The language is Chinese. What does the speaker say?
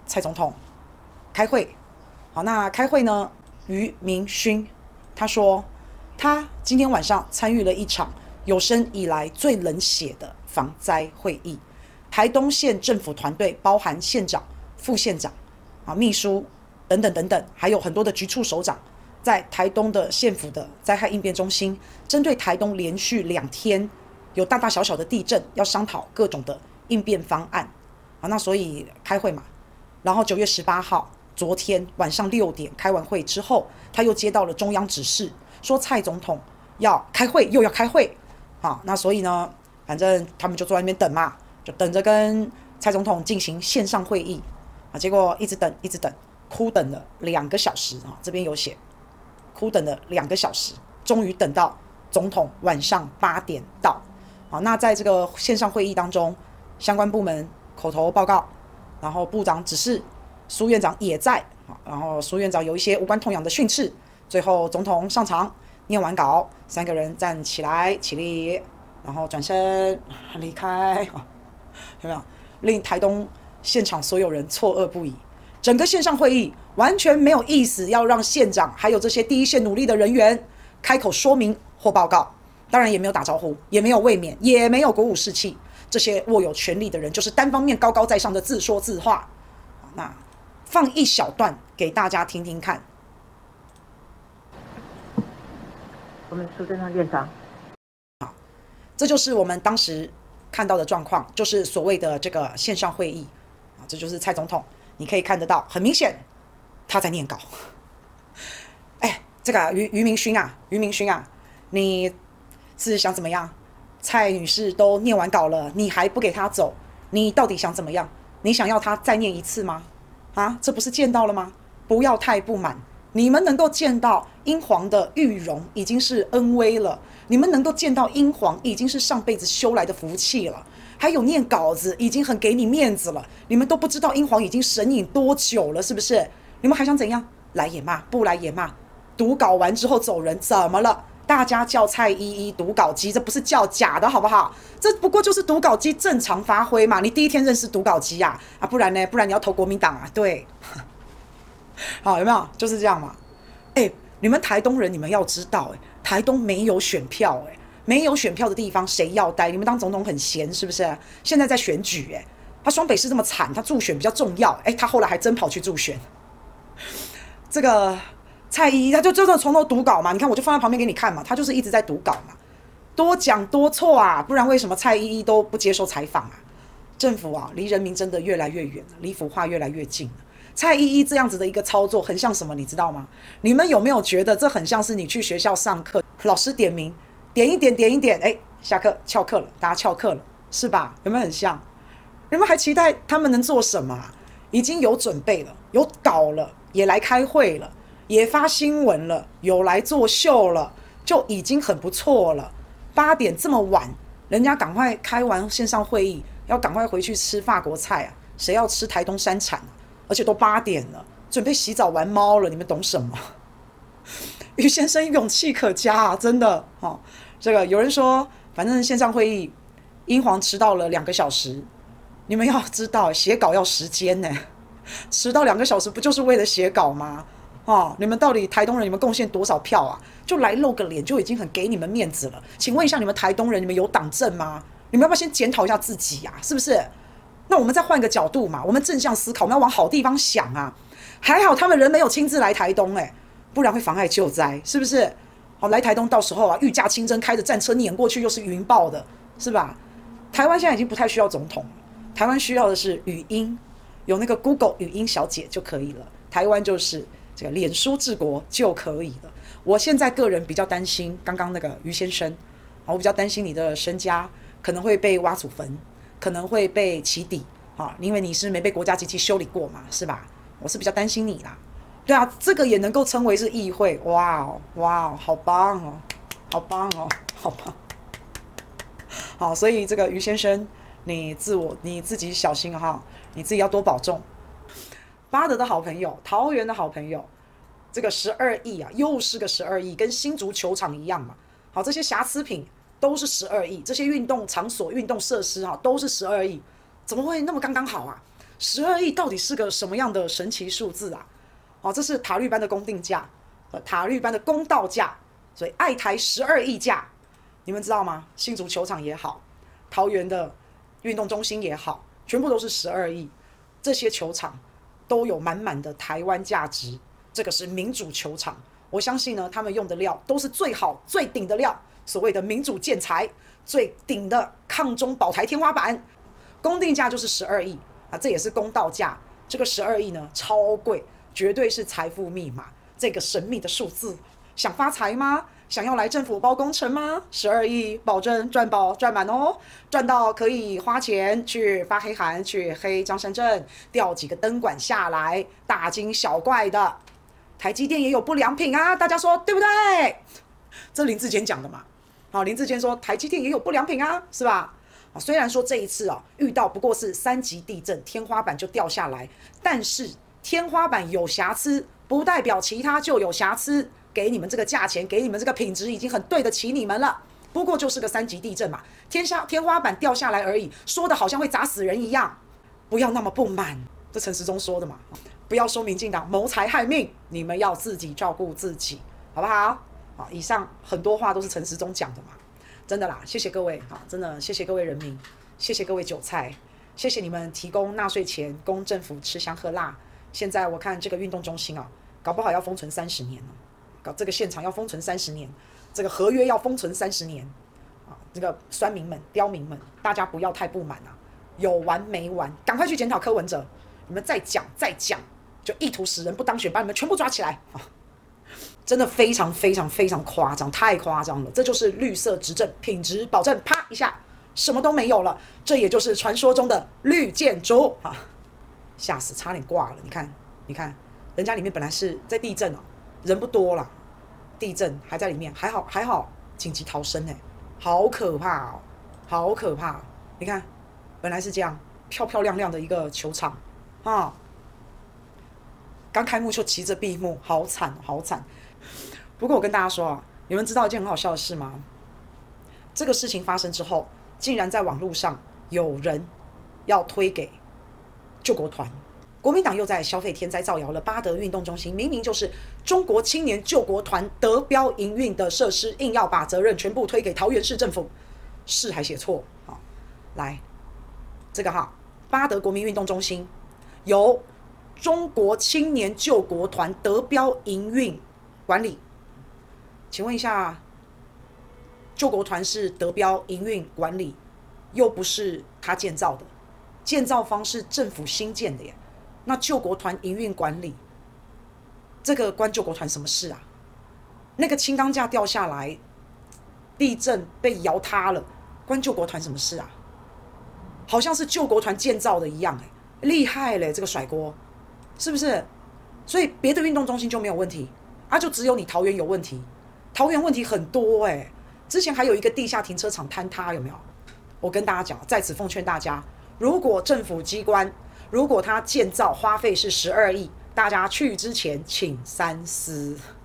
蔡总统开会。好，那开会呢，于明勋他说，他今天晚上参与了一场有生以来最冷血的防灾会议。台东县政府团队包含县长、副县长、秘书等等等等，还有很多的局处首长，在台东的县府的灾害应变中心，针对台东连续2天有大大小小的地震，要商讨各种的应变方案。那所以开会嘛，然后9月18号，昨天晚上6点开完会之后，他又接到了中央指示，说蔡总统要开会，又要开会。那所以呢，反正他们就坐在那边等嘛，就等着跟蔡总统进行线上会议。结果一直等，哭等了2个小时。这边有写，哭等了2个小时，终于等到总统晚上8点到。那在这个线上会议当中，相关部门口头报告，然后部长指示，苏院长也在，然后苏院长有一些无关痛痒的训斥。最后总统上场念完稿，3个人站起来起立，然后转身离开。有没有令台东现场所有人错愕不已？整个线上会议完全没有意思要让县长还有这些第一线努力的人员开口说明或报告，当然也没有打招呼，也没有卫冕，也没有鼓舞士气。这些握有权力的人就是单方面高高在上的自说自话。那放一小段给大家听听看。 我们苏贞昌院长， 这就是我们当时看到的状况，就是所谓的这个线上会议。这就是蔡总统，你可以看得到，很明显他在念稿。这个于明勋啊，你是想怎么样？蔡女士都念完稿了，你还不给她走，你到底想怎么样？你想要她再念一次吗？这不是见到了吗？不要太不满。你们能够见到英皇的玉容已经是恩威了，你们能够见到英皇已经是上辈子修来的福气了，还有念稿子已经很给你面子了，你们都不知道英皇已经神隐多久了，是不是？你们还想怎样？来也骂，不来也骂，读稿完之后走人，怎么了？大家叫蔡依依读稿机，这不是叫假的好不好？这不过就是读稿机正常发挥嘛。你第一天认识读稿机啊？不然呢？不然你要投国民党啊？对。好，有没有？就是这样嘛。你们台东人，你们要知道，台东没有选票，没有选票的地方谁要待？你们当总统很闲是不是？现在在选举，他双北市这么惨，他助选比较重要，他后来还真跑去助选。这个蔡依依他就真的从头读稿嘛，你看我就放在旁边给你看嘛，他就是一直在读稿嘛，多讲多错啊，不然为什么蔡依依都不接受采访啊？政府啊，离人民真的越来越远了，离腐化越来越近了。蔡依依这样子的一个操作很像什么你知道吗？你们有没有觉得这很像是你去学校上课，老师点名点一点，下课翘课了，大家翘课了，是吧？有没有很像？你们还期待他们能做什么啊？已经有准备了，有稿了，也来开会了，也发新闻了，有来作秀了，就已经很不错了。8点这么晚，人家赶快开完线上会议，要赶快回去吃法国菜啊！谁要吃台东山产啊？而且都8点了，准备洗澡玩猫了，你们懂什么？于先生勇气可嘉啊，真的。这个有人说，反正线上会议，英皇迟到了2个小时。你们要知道，写稿要时间呢，迟到2个小时不就是为了写稿吗？你们到底台东人，你们贡献多少票啊？就来露个脸就已经很给你们面子了。请问一下，你们台东人，你们有党政吗？你们要不要先检讨一下自己啊？是不是？那我们再换个角度嘛，我们正向思考，我们要往好地方想啊。还好他们人没有亲自来台东，不然会妨碍救灾，是不是？来台东到时候啊，御驾亲征，开着战车碾过去，又是云豹的，是吧？台湾现在已经不太需要总统了，台湾需要的是语音，有那个 Google 语音小姐就可以了。台湾就是这个脸书治国就可以了。我现在个人比较担心刚刚那个于先生，我比较担心你的身家可能会被挖祖坟，可能会被起底，因为你是没被国家机器修理过嘛，是吧？我是比较担心你啦。对啊，这个也能够称为是议会，哇哦，好棒哦，好棒哦，好棒。好，所以这个于先生，你自己小心哈，你自己要多保重。巴德的好朋友，桃园的好朋友，这个12亿啊，又是个12亿，跟新竹球场一样嘛。好，这些瑕疵品都是12亿，这些运动场所、运动设施都是12亿，怎么会那么刚刚好啊？ 12亿到底是个什么样的神奇数字啊？这是塔绿班的公定价，塔绿班的公道价，所以爱台12亿价，你们知道吗？新竹球场也好，桃园的运动中心也好，全部都是12亿。这些球场都有满满的台湾价值，这个是民主球场。我相信呢，他们用的料都是最好最顶的料，所谓的民主建材，最顶的抗中保台天花板。公定价就是12亿啊，这也是公道价。这个12亿呢，超贵，绝对是财富密码。这个神秘的数字，想发财吗？想要来政府包工程吗？12亿保证赚饱赚满哦，赚到可以花钱去发黑函，去黑张善政，调几个灯管下来，大惊小怪的。台积电也有不良品啊，大家说对不对？这林志坚讲的嘛。好，林志坚说台积电也有不良品啊，是吧？虽然说这一次遇到不过是3级地震，天花板就掉下来，但是天花板有瑕疵，不代表其他就有瑕疵。给你们这个价钱，给你们这个品质，已经很对得起你们了。不过就是个3级地震嘛，天花板掉下来而已，说的好像会砸死人一样，不要那么不满。这陈时中说的嘛，不要说民进党谋财害命，你们要自己照顾自己，好不好？以上很多话都是陈时中讲的嘛，真的啦，谢谢各位，真的谢谢各位人民，谢谢各位韭菜，谢谢你们提供纳税钱供政府吃香喝辣。现在我看这个运动中心搞不好要封存30年了。搞这个现场要封存30年，这个合约要封存30年这个酸民们、刁民们，大家不要太不满有完没完？赶快去检讨柯文哲，你们再讲，就意图使人不当选，把你们全部抓起来真的非常非常非常夸张，太夸张了！这就是绿色执政，品质保证，啪一下什么都没有了，这也就是传说中的绿建筑吓死，差点挂了！你看，人家里面本来是在地震人不多了，地震还在里面，还好，紧急逃生好可怕好可怕！你看，本来是这样漂漂亮亮的一个球场刚开幕就急着闭幕，好惨。不过我跟大家说你们知道一件很好笑的事吗？这个事情发生之后，竟然在网络上有人要推给救国团。国民党又在消费天灾造谣了，巴德运动中心明明就是中国青年救国团得标营运的设施，硬要把责任全部推给桃园市政府，是还写错来，这个巴德国民运动中心由中国青年救国团得标营运管理，请问一下，救国团是得标营运管理，又不是他建造的，建造方是政府新建的耶。那救国团营运管理，这个关救国团什么事啊？那个轻钢架掉下来，地震被摇塌了，关救国团什么事啊？好像是救国团建造的一样厉害嘞，这个甩锅是不是？所以别的运动中心就没有问题就只有你桃园有问题。桃园问题很多之前还有一个地下停车场坍塌，有没有？我跟大家讲，在此奉劝大家，如果政府机关如果它建造花费是12亿，大家去之前请三思。